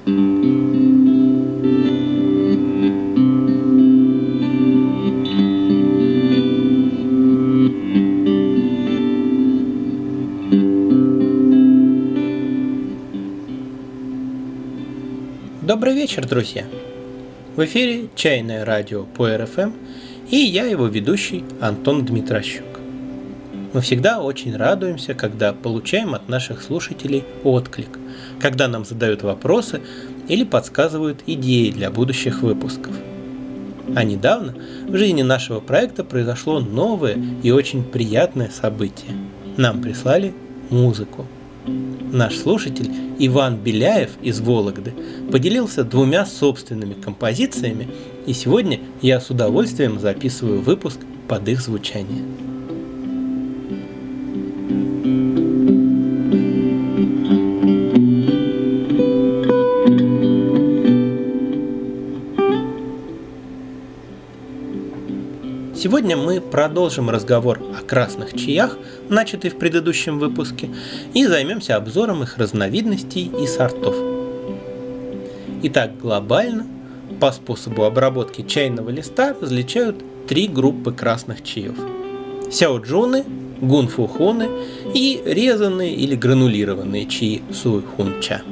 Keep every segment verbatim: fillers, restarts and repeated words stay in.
Добрый вечер, друзья! В эфире Чайное радио по эр эф эм и я, его ведущий Антон Дмитрощук. Мы всегда очень радуемся, когда получаем от наших слушателей отклик, когда нам задают вопросы или подсказывают идеи для будущих выпусков. А недавно в жизни нашего проекта произошло новое и очень приятное событие. Нам прислали музыку. Наш слушатель Иван Беляев из Вологды поделился двумя собственными композициями, и сегодня я с удовольствием записываю выпуск под их звучание. Сегодня мы продолжим разговор о красных чаях, начатый в предыдущем выпуске, и займемся обзором их разновидностей и сортов. Итак, глобально по способу обработки чайного листа различают три группы красных чаев: сяоджуны, гунфухуны и резанные или гранулированные чаи суйхунча.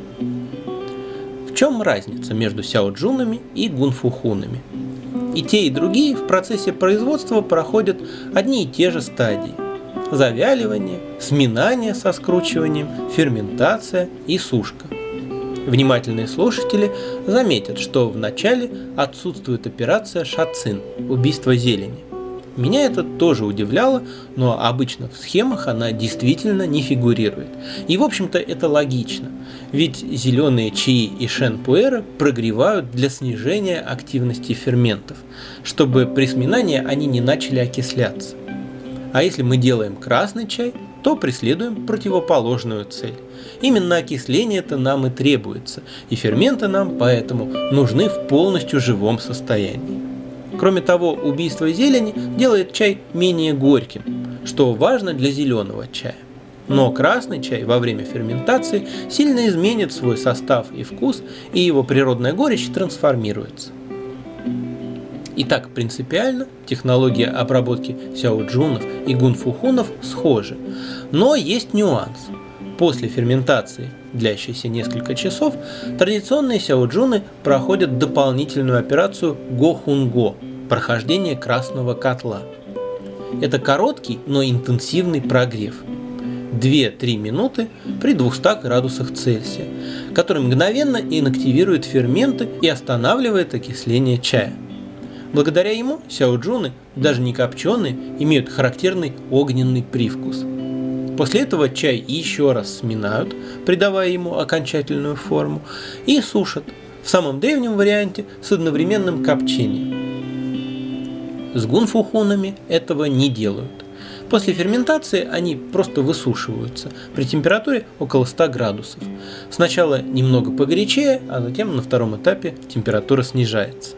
В чем разница между сяоджунами и гунфухунами? И те, и другие в процессе производства проходят одни и те же стадии: завяливание, сминание со скручиванием, ферментация и сушка. Внимательные слушатели заметят, что в начале отсутствует операция шацин – убийство зелени. Меня это тоже удивляло, но обычно в схемах она действительно не фигурирует. И в общем-то это логично, ведь зеленые чаи и шен-пуэры прогревают для снижения активности ферментов, чтобы при сминании они не начали окисляться. А если мы делаем красный чай, то преследуем противоположную цель. Именно окисление-то нам и требуется, и ферменты нам поэтому нужны в полностью живом состоянии. Кроме того, убийство зелени делает чай менее горьким, что важно для зеленого чая. Но красный чай во время ферментации сильно изменит свой состав и вкус, и его природная горечь трансформируется. Итак, принципиально технология обработки сяоджунов и гунфухунов схожи, но есть нюанс. После ферментации, длящейся несколько часов, традиционные сяоджуны проходят дополнительную операцию гохунго – прохождение красного котла. Это короткий, но интенсивный прогрев – две-три минуты при двухстах градусах Цельсия, который мгновенно инактивирует ферменты и останавливает окисление чая. Благодаря ему сяоджуны, даже не копченые, имеют характерный огненный привкус. После этого чай еще раз сминают, придавая ему окончательную форму, и сушат, в самом древнем варианте с одновременным копчением. С гунфухунами этого не делают. После ферментации они просто высушиваются при температуре около ста градусов. Сначала немного погорячее, а затем на втором этапе температура снижается.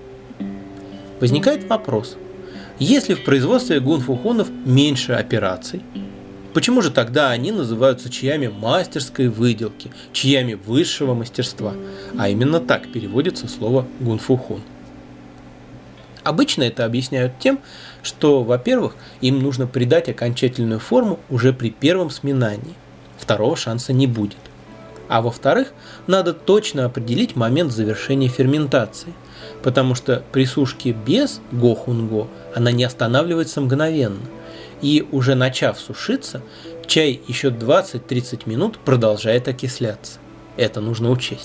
Возникает вопрос: если в производстве гунфухунов меньше операций, почему же тогда они называются чаями мастерской выделки, чаями высшего мастерства? А именно так переводится слово гунфухун. Обычно это объясняют тем, что, во-первых, им нужно придать окончательную форму уже при первом сминании. Второго шанса не будет. А во-вторых, надо точно определить момент завершения ферментации, потому что при сушке без гохунго она не останавливается мгновенно, и уже начав сушиться, чай еще двадцать-тридцать минут продолжает окисляться. Это нужно учесть.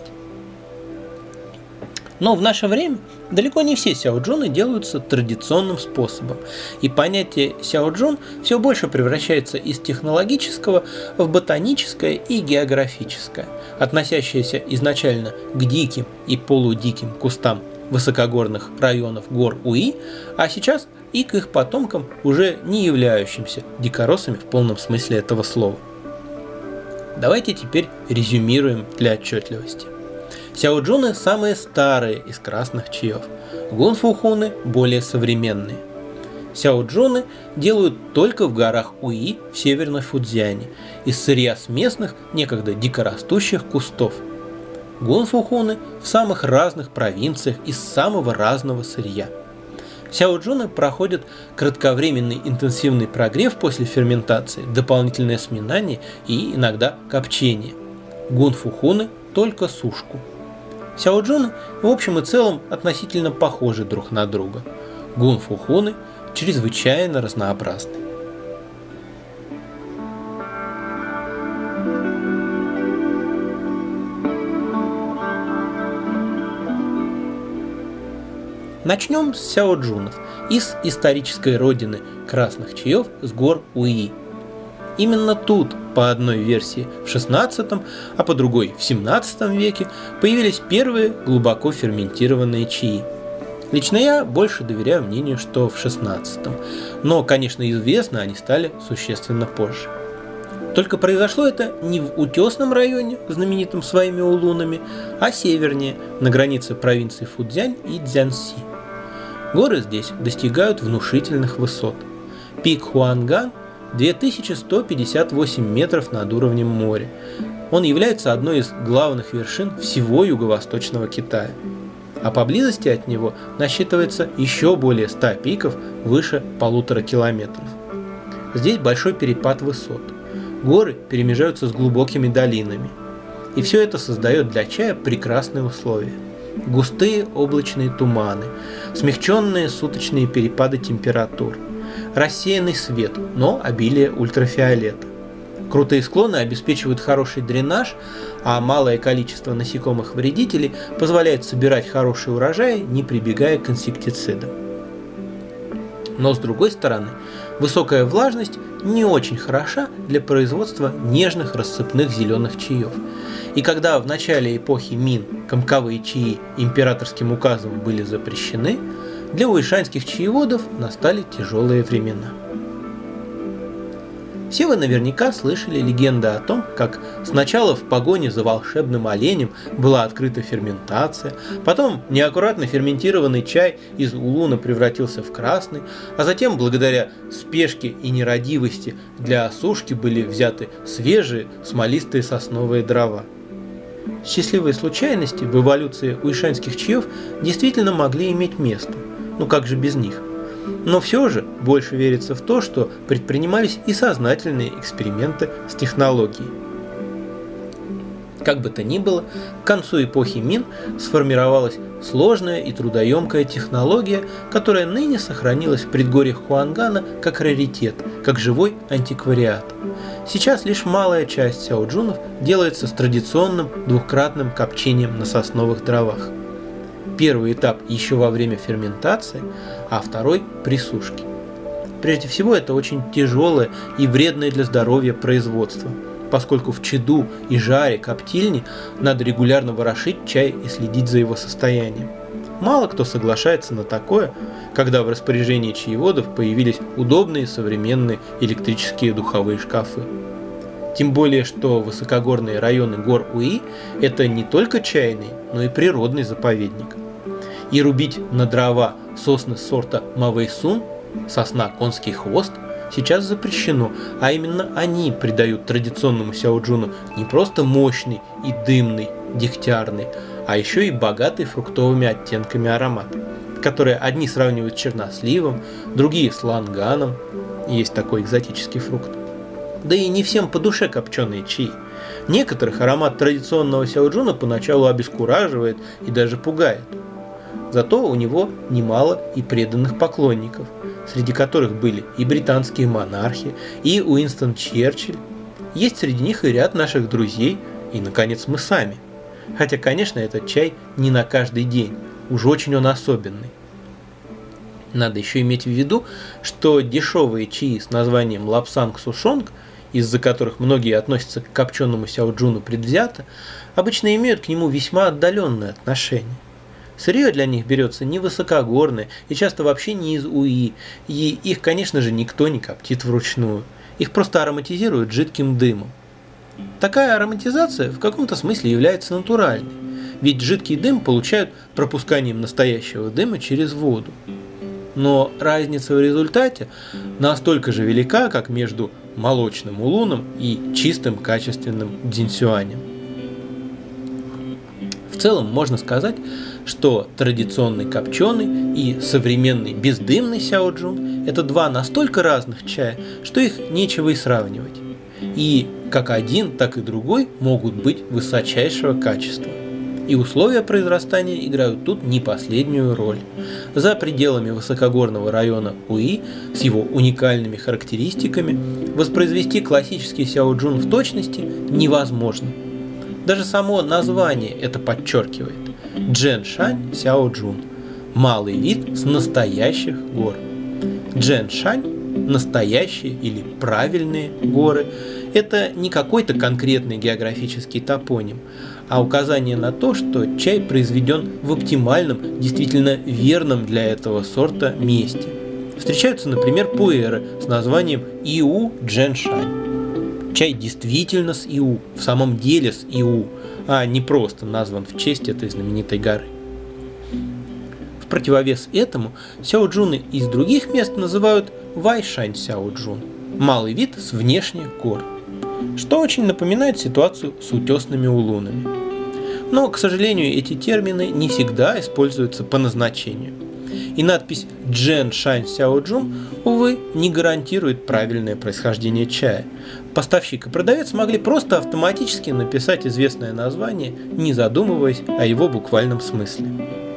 Но в наше время далеко не все сяоджуны делаются традиционным способом, и понятие сяоджун все больше превращается из технологического в ботаническое и географическое, относящееся изначально к диким и полудиким кустам высокогорных районов гор Уи, а сейчас и к их потомкам, уже не являющимся дикоросами в полном смысле этого слова. Давайте теперь резюмируем для отчетливости. Сяоджуны самые старые из красных чаев, гунфухуны более современные. Сяоджуны делают только в горах Уи в Северной Фудзяне из сырья с местных, некогда дикорастущих кустов. гунфухуны в самых разных провинциях из самого разного сырья. Сяоджуны проходят кратковременный интенсивный прогрев после ферментации, дополнительное сминание и иногда копчение. Гунфухуны только сушку. Сяоджуны в общем и целом относительно похожи друг на друга. Гунфухуны чрезвычайно разнообразны. Начнем с сяоджунов, из исторической родины красных чаев с гор Уи. Именно тут, по одной версии в шестнадцатом, а по другой в семнадцатом веке, появились первые глубоко ферментированные чаи. Лично я больше доверяю мнению, что в шестнадцатом, но, конечно, известно они стали существенно позже. Только произошло это не в Утесном районе, знаменитом своими улунами, а севернее, на границе провинций Фуцзянь и Цзянси. Горы здесь достигают внушительных высот. Пик Хуанган – две тысячи сто пятьдесят восемь метров над уровнем моря. Он является одной из главных вершин всего юго-восточного Китая. А поблизости от него насчитывается еще более ста пиков выше полутора километров. Здесь большой перепад высот. Горы перемежаются с глубокими долинами. И все это создает для чая прекрасные условия. Густые облачные туманы, смягченные суточные перепады температур, рассеянный свет, но обилие ультрафиолета. Крутые склоны обеспечивают хороший дренаж, а малое количество насекомых-вредителей позволяет собирать хороший урожай, не прибегая к инсектицидам. Но с другой стороны, высокая влажность не очень хороша для производства нежных рассыпных зеленых чаев. И когда в начале эпохи Мин комковые чаи императорским указом были запрещены, для уишанских чаеводов настали тяжелые времена. Все вы наверняка слышали легенды о том, как сначала в погоне за волшебным оленем была открыта ферментация, потом неаккуратно ферментированный чай из улуна превратился в красный, а затем, благодаря спешке и нерадивости, для осушки были взяты свежие смолистые сосновые дрова. Счастливые случайности в эволюции уишанских чаев действительно могли иметь место, ну как же без них? Но все же больше верится в то, что предпринимались и сознательные эксперименты с технологией. Как бы то ни было, к концу эпохи Мин сформировалась сложная и трудоемкая технология, которая ныне сохранилась в предгорьях Хуангана как раритет, как живой антиквариат. Сейчас лишь малая часть сяоджунов делается с традиционным двухкратным копчением на сосновых дровах. Первый этап еще во время ферментации, а второй при сушке. Прежде всего, это очень тяжелое и вредное для здоровья производство, поскольку в чаду и жаре коптильни надо регулярно ворошить чай и следить за его состоянием. Мало кто соглашается на такое, когда в распоряжении чаеводов появились удобные современные электрические духовые шкафы. Тем более, что высокогорные районы гор Уи – это не только чайный, но и природный заповедник. И рубить на дрова сосны сорта Мавэйсун, сосна конский хвост, сейчас запрещено, а именно они придают традиционному сяоджуну не просто мощный и дымный, дегтярный, а еще и богатый фруктовыми оттенками аромат, которые одни сравнивают с черносливом, другие с ланганом, есть такой экзотический фрукт. Да и не всем по душе копченые чаи. Некоторых аромат традиционного сяоджуна поначалу обескураживает и даже пугает. Зато у него немало и преданных поклонников, среди которых были и британские монархи, и Уинстон Черчилль. Есть среди них и ряд наших друзей, и, наконец, мы сами. Хотя, конечно, этот чай не на каждый день, уж очень он особенный. Надо еще иметь в виду, что дешевые чаи с названием лапсанг сушонг, из-за которых многие относятся к копченому сяоджуну предвзято, обычно имеют к нему весьма отдаленное отношение. Сырье для них берется не высокогорное и часто вообще не из Уи, и их, конечно же, никто не коптит вручную. Их просто ароматизируют жидким дымом. Такая ароматизация в каком-то смысле является натуральной, ведь жидкий дым получают пропусканием настоящего дыма через воду. Но разница в результате настолько же велика, как между молочным улуном и чистым качественным дзинсюанем. В целом можно сказать, что традиционный копченый и современный бездымный сяоджун – это два настолько разных чая, что их нечего и сравнивать. И как один, так и другой могут быть высочайшего качества. И условия произрастания играют тут не последнюю роль. За пределами высокогорного района Уи с его уникальными характеристиками воспроизвести классический сяоджун в точности невозможно. Даже само название это подчеркивает. Джэншань сяоджун – малый вид с настоящих гор. Джэншань – настоящие или правильные горы – это не какой-то конкретный географический топоним, а указание на то, что чай произведен в оптимальном, действительно верном для этого сорта месте. Встречаются, например, пуэры с названием Иу Джэншань. Чай действительно с Иу, в самом деле с Иу, а не просто назван в честь этой знаменитой горы. В противовес этому сяоджуны из других мест называют Вайшань сяоджун – малый вид с внешних гор, что очень напоминает ситуацию с утесными улунами. Но, к сожалению, эти термины не всегда используются по назначению. И надпись Джэншань сяоджун, увы, не гарантирует правильное происхождение чая. Поставщик и продавец могли просто автоматически написать известное название, не задумываясь о его буквальном смысле.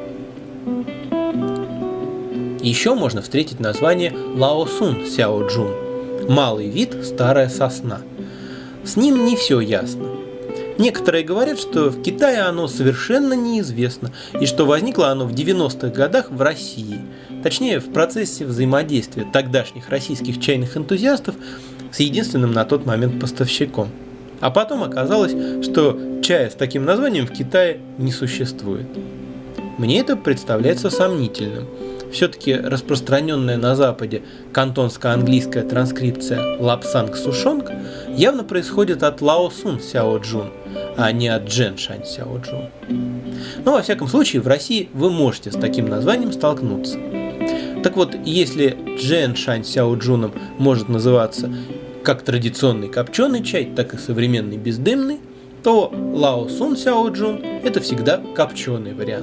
Еще можно встретить название Лаосун сяоджун – малый вид старая сосна. С ним не все ясно. Некоторые говорят, что в Китае оно совершенно неизвестно, и что возникло оно в девяностых годах в России, точнее в процессе взаимодействия тогдашних российских чайных энтузиастов с единственным на тот момент поставщиком. А потом оказалось, что чая с таким названием в Китае не существует. Мне это представляется сомнительным. Все-таки распространенная на Западе кантонско-английская транскрипция Лапсанг Сушонг явно происходит от Лаосун сяоджун, а не от Джэншань сяоджун. Но во всяком случае в России вы можете с таким названием столкнуться. Так вот, если Джэншань сяоджуном может называться как традиционный копченый чай, так и современный бездымный, то Лаосун сяоджун – это всегда копченый вариант.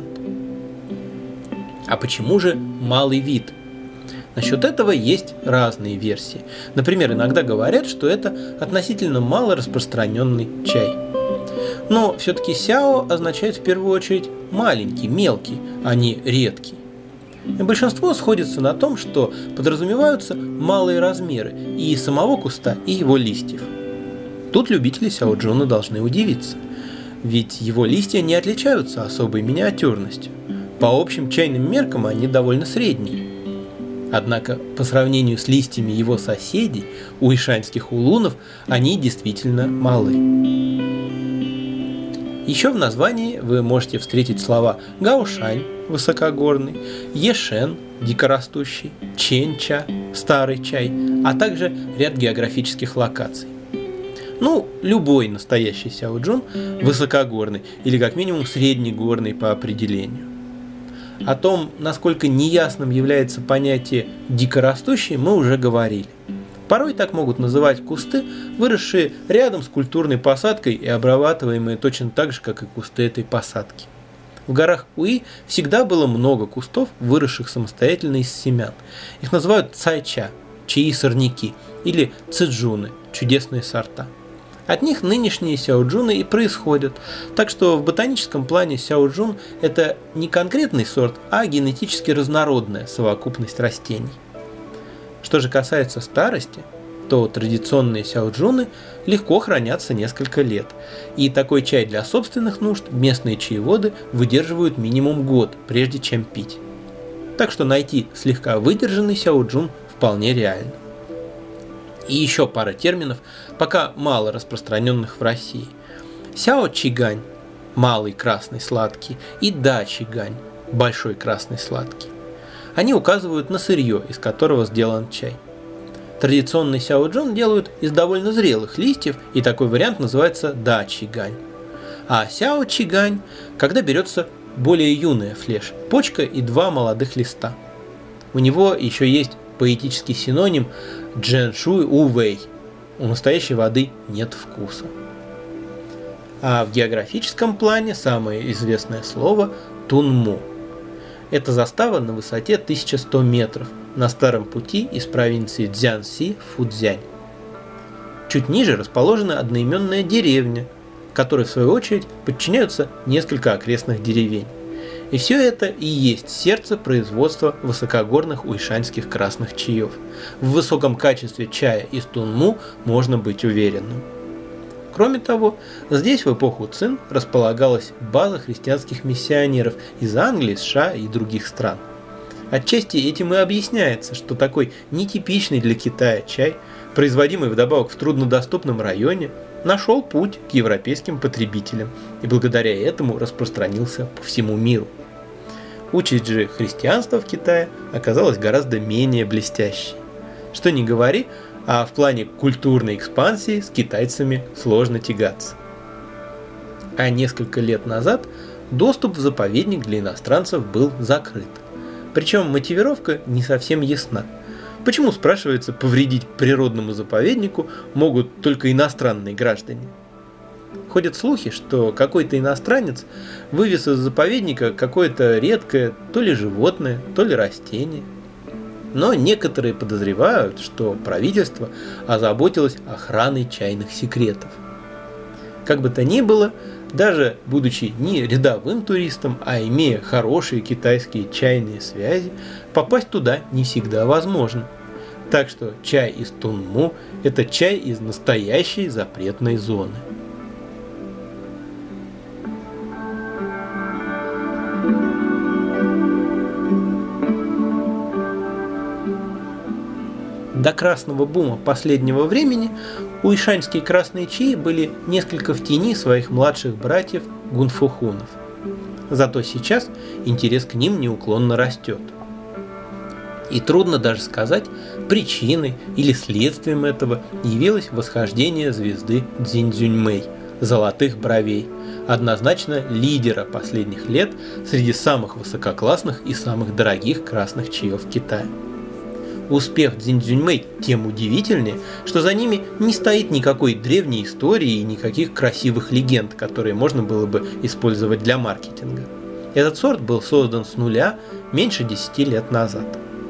А почему же малый вид? Насчет этого есть разные версии. Например, иногда говорят, что это относительно мало распространенный чай. Но все-таки сяо означает в первую очередь маленький, мелкий, а не редкий. И большинство сходится на том, что подразумеваются малые размеры и самого куста, и его листьев. Тут любители сяоджуна должны удивиться, ведь его листья не отличаются особой миниатюрностью. По общим чайным меркам они довольно средние. Однако по сравнению с листьями его соседей, уишаньских улунов, они действительно малы. Еще в названии вы можете встретить слова гаошань – высокогорный, ешен – дикорастущий, ченча – старый чай, а также ряд географических локаций. Ну, любой настоящий сяоджун высокогорный или как минимум среднегорный по определению. О том, насколько неясным является понятие «дикорастущий», мы уже говорили. Порой так могут называть кусты, выросшие рядом с культурной посадкой и обрабатываемые точно так же, как и кусты этой посадки. В горах Уи всегда было много кустов, выросших самостоятельно из семян. Их называют цайча, чаи-сорняки, или цзэджуны, чудесные сорта. От них нынешние сяоджуны и происходят, так что в ботаническом плане сяоджун – это не конкретный сорт, а генетически разнородная совокупность растений. Что же касается старости, то традиционные сяоджуны легко хранятся несколько лет, и такой чай для собственных нужд местные чаеводы выдерживают минимум год, прежде чем пить. Так что найти слегка выдержанный сяоджун вполне реально. И еще пара терминов, пока мало распространенных в России. Сяо-чигань – малый красный сладкий, и да-чигань – большой красный сладкий. Они указывают на сырье, из которого сделан чай. Традиционный сяоджун делают из довольно зрелых листьев, и такой вариант называется да-чигань. А сяо-чигань – когда берется более юная флеш, почка и два молодых листа. У него еще есть поэтический синоним «джэншуй увэй» – у настоящей воды нет вкуса. А в географическом плане самое известное слово – Тунму. Это застава на высоте тысяча сто метров на старом пути из провинции Цзянси в Фуцзянь. Чуть ниже расположена одноименная деревня, которой в свою очередь подчиняются несколько окрестных деревень. И все это и есть сердце производства высокогорных уйшаньских красных чаев. В высоком качестве чая из Тунму можно быть уверенным. Кроме того, здесь в эпоху Цин располагалась база христианских миссионеров из Англии, США и других стран. Отчасти этим и объясняется, что такой нетипичный для Китая чай, производимый вдобавок в труднодоступном районе, нашел путь к европейским потребителям и благодаря этому распространился по всему миру. Участь же христианства в Китае оказалась гораздо менее блестящей. Что ни говори, а в плане культурной экспансии с китайцами сложно тягаться. А несколько лет назад доступ в заповедник для иностранцев был закрыт. Причем мотивировка не совсем ясна. Почему, спрашивается, повредить природному заповеднику могут только иностранные граждане? Ходят слухи, что какой-то иностранец вывез из заповедника какое-то редкое то ли животное, то ли растение. Но некоторые подозревают, что правительство озаботилось охраной чайных секретов. Как бы то ни было, даже будучи не рядовым туристом, а имея хорошие китайские чайные связи, попасть туда не всегда возможно. Так что чай из Тунму – это чай из настоящей запретной зоны. До красного бума последнего времени уйшаньские красные чаи были несколько в тени своих младших братьев гунфухунов. Зато сейчас интерес к ним неуклонно растет. И трудно даже сказать, причиной или следствием этого явилось восхождение звезды Цзиньцзюньмэй, золотых бровей, однозначно лидера последних лет среди самых высококлассных и самых дорогих красных чаев Китая. Успех Цзиньцзюньмэй тем удивительнее, что за ними не стоит никакой древней истории и никаких красивых легенд, которые можно было бы использовать для маркетинга. Этот сорт был создан с нуля меньше десяти лет назад.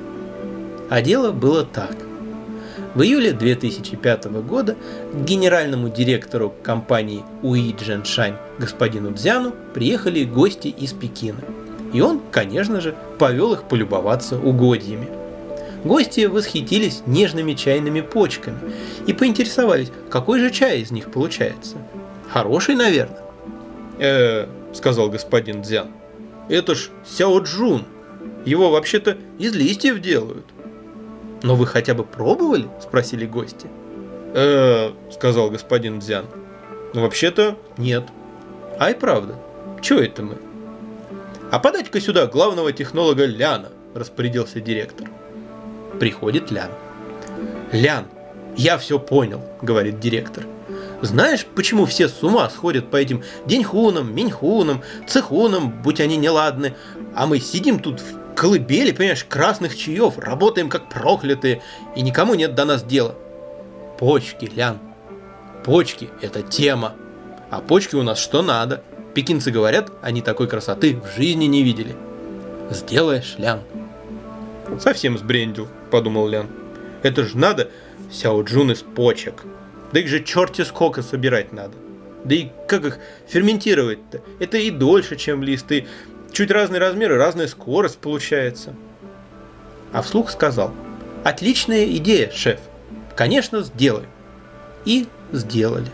А дело было так. В июле две тысячи пятого года к генеральному директору компании Уи Джэншань господину Цзяну приехали гости из Пекина. И он, конечно же, повел их полюбоваться угодьями. Гости восхитились нежными чайными почками и поинтересовались, какой же чай из них получается. Хороший, наверное. «Э-э», сказал господин Цзян, это ж сяоджун. Его вообще-то из листьев делают. «Но вы хотя бы пробовали?» – спросили гости. «Э-э», сказал господин Цзян, «ну вообще-то нет». «Ай, правда? Чё это мы?» «А подайте-ка сюда главного технолога Ляна», – распорядился директор. Приходит Лян. «Лян, я все понял», – говорит директор. «Знаешь, почему все с ума сходят по этим деньхунам, миньхунам, цехунам, будь они неладны, а мы сидим тут в колыбели, понимаешь, красных чаев, работаем как проклятые, и никому нет до нас дела?» «Почки, Лян, почки – это тема, а почки у нас что надо. Пекинцы говорят, они такой красоты в жизни не видели. Сделаешь, Лян?» «Совсем сбрендил», – подумал Лян. «Это же надо сяоджун из почек. Да их же черти сколько собирать надо. Да и как их ферментировать-то? Это и дольше, чем лист, и чуть разные размеры, разная скорость получается». А вслух сказал: «Отличная идея, шеф. Конечно, сделаем». И сделали.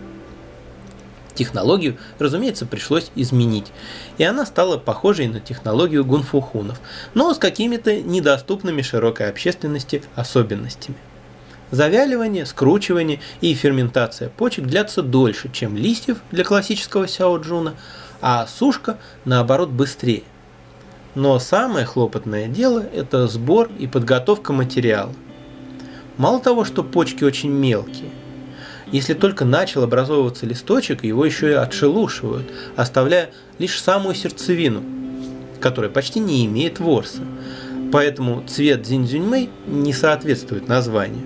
Технологию, разумеется, пришлось изменить, и она стала похожей на технологию гунфухунов, но с какими-то недоступными широкой общественности особенностями. Завяливание, скручивание и ферментация почек длятся дольше, чем листьев для классического сяоджуна, а сушка, наоборот, быстрее. Но самое хлопотное дело – это сбор и подготовка материала. Мало того, что почки очень мелкие, если только начал образовываться листочек, его еще и отшелушивают, оставляя лишь самую сердцевину, которая почти не имеет ворса. Поэтому цвет Цзиньцзюньмэй не соответствует названию.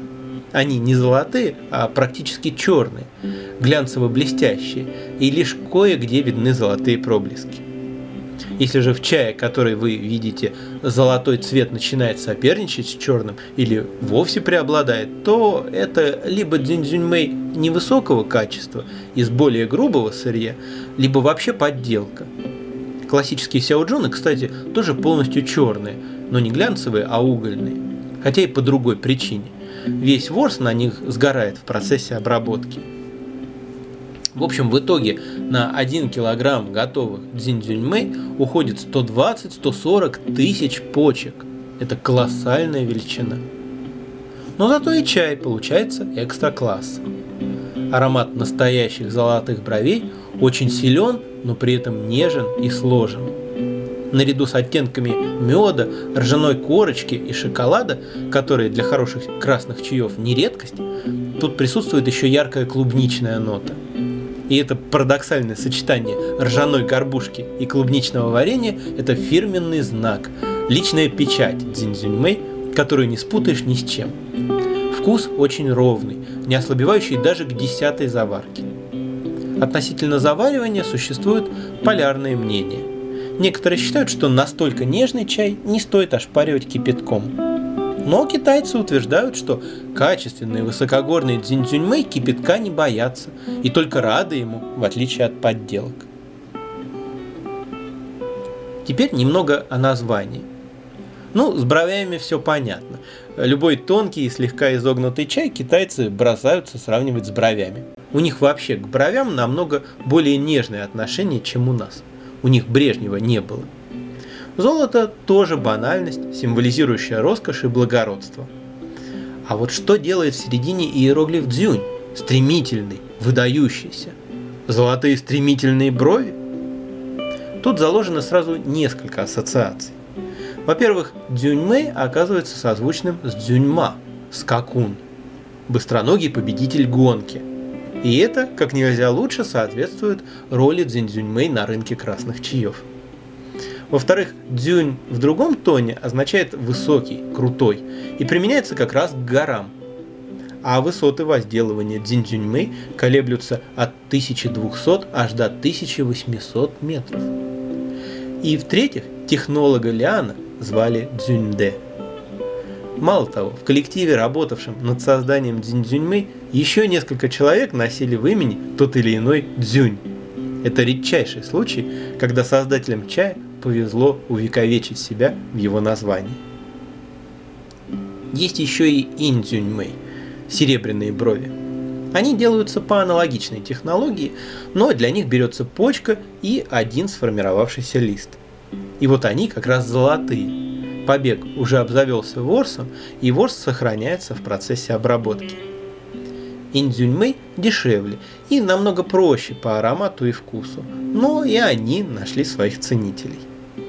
Они не золотые, а практически черные, глянцево-блестящие, и лишь кое-где видны золотые проблески. Если же в чае, который вы видите, золотой цвет начинает соперничать с черным или вовсе преобладает, то это либо дзиньцзюньмэй невысокого качества из более грубого сырья, либо вообще подделка. Классические сяоджуны, кстати, тоже полностью черные, но не глянцевые, а угольные, хотя и по другой причине. Весь ворс на них сгорает в процессе обработки. В общем, в итоге на один килограмм готовых дзиньцзюньмэй уходит сто двадцать - сто сорок тысяч почек. Это колоссальная величина. Но зато и чай получается экстра-класс. Аромат настоящих золотых бровей очень силен, но при этом нежен и сложен. Наряду с оттенками меда, ржаной корочки и шоколада, которые для хороших красных чаев не редкость, тут присутствует еще яркая клубничная нота. И это парадоксальное сочетание ржаной горбушки и клубничного варенья – это фирменный знак, личная печать дзиньцзюньмэй, которую не спутаешь ни с чем. Вкус очень ровный, не ослабевающий даже к десятой заварке. Относительно заваривания существуют полярные мнения. Некоторые считают, что настолько нежный чай не стоит ошпаривать кипятком. Но китайцы утверждают, что качественные высокогорные дзиньцзюньмэй кипятка не боятся и только рады ему, в отличие от подделок. Теперь немного о названии. Ну, с бровями все понятно. Любой тонкий и слегка изогнутый чай китайцы бросаются сравнивать с бровями. У них вообще к бровям намного более нежное отношение, чем у нас. У них Брежнева не было. Золото тоже банальность, символизирующая роскошь и благородство. А вот что делает в середине иероглиф дзюнь? Стремительный, выдающийся. Золотые стремительные брови? Тут заложено сразу несколько ассоциаций. Во-первых, дзюньмэй оказывается созвучным с дзюньма, скакун, быстроногий победитель гонки. И это, как нельзя лучше, соответствует роли дзиньцзюньмэй на рынке красных чаев. Во-вторых, дзюнь в другом тоне означает высокий, крутой и применяется как раз к горам. А высоты возделывания дзиньцзюньмэй колеблются от тысячи двухсот аж до тысячи восьмисот метров. И в-третьих, технолога Ляна звали Цзюньдэ. Мало того, в коллективе, работавшем над созданием дзиньцзюньмэй, еще несколько человек носили в имени тот или иной дзюнь. Это редчайший случай, когда создателям чая повезло увековечить себя в его названии. Есть еще и инь-дзюньмэй, серебряные брови. Они делаются по аналогичной технологии, но для них берется почка и один сформировавшийся лист. И вот они как раз золотые. Побег уже обзавелся ворсом, и ворс сохраняется в процессе обработки. Инь-дзюньмэй дешевле и намного проще по аромату и вкусу, но и они нашли своих ценителей.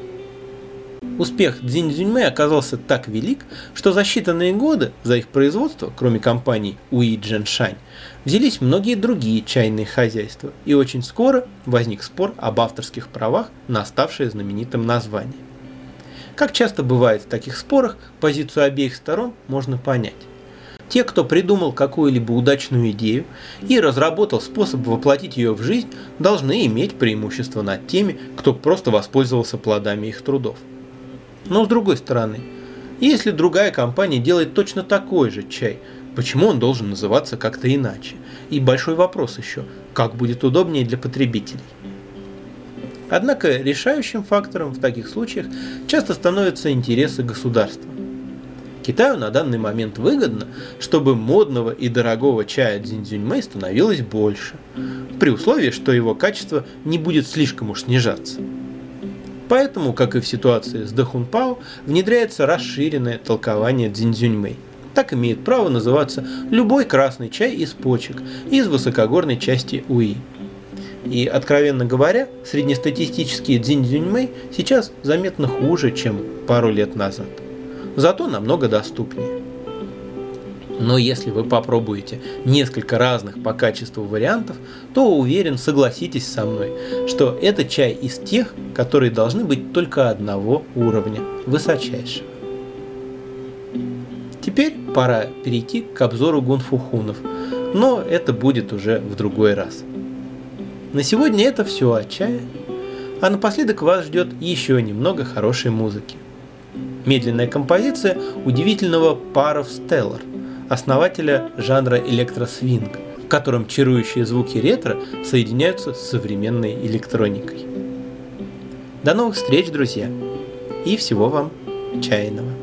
Успех дзиньцзюньмэй оказался так велик, что за считанные годы за их производство, кроме компаний Уи Джэншань, взялись многие другие чайные хозяйства, и очень скоро возник спор об авторских правах на ставшее знаменитым название. Как часто бывает в таких спорах, позицию обеих сторон можно понять. Те, кто придумал какую-либо удачную идею и разработал способ воплотить ее в жизнь, должны иметь преимущество над теми, кто просто воспользовался плодами их трудов. Но с другой стороны, если другая компания делает точно такой же чай, почему он должен называться как-то иначе? И большой вопрос еще, как будет удобнее для потребителей? Однако решающим фактором в таких случаях часто становятся интересы государства. Китаю на данный момент выгодно, чтобы модного и дорогого чая дзиньцзюньмэй становилось больше, при условии, что его качество не будет слишком уж снижаться. Поэтому, как и в ситуации с Дэхунпао, внедряется расширенное толкование дзиньцзюньмэй. Так имеет право называться любой красный чай из почек из высокогорной части Уи. И, откровенно говоря, среднестатистические дзиньцзюньмэй сейчас заметно хуже, чем пару лет назад. Зато намного доступнее. Но если вы попробуете несколько разных по качеству вариантов, то, уверен, согласитесь со мной, что это чай из тех, которые должны быть только одного уровня, высочайшего. Теперь пора перейти к обзору гунфухунов, но это будет уже в другой раз. На сегодня это все о чае, а напоследок вас ждет еще немного хорошей музыки. Медленная композиция удивительного Parov Stelar, основателя жанра электросвинг, в котором чарующие звуки ретро соединяются с современной электроникой. До новых встреч, друзья, и всего вам чайного!